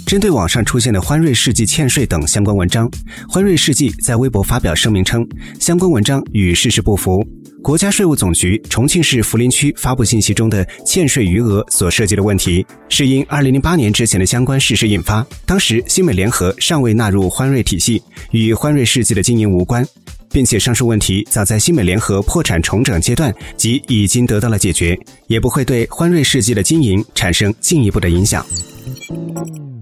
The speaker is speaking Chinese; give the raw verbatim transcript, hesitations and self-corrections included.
针对网上出现的欢瑞世纪欠税等相关文章，欢瑞世纪在微博发表声明称，相关文章与事实不符。国家税务总局重庆市涪陵区发布信息中的欠税余额所涉及的问题，是因二零零八年之前的相关事实引发，当时新美联合尚未纳入欢瑞体系，与欢瑞世纪的经营无关，并且上述问题早在新美联合破产重整阶段即已经得到了解决，也不会对欢瑞世纪的经营产生进一步的影响。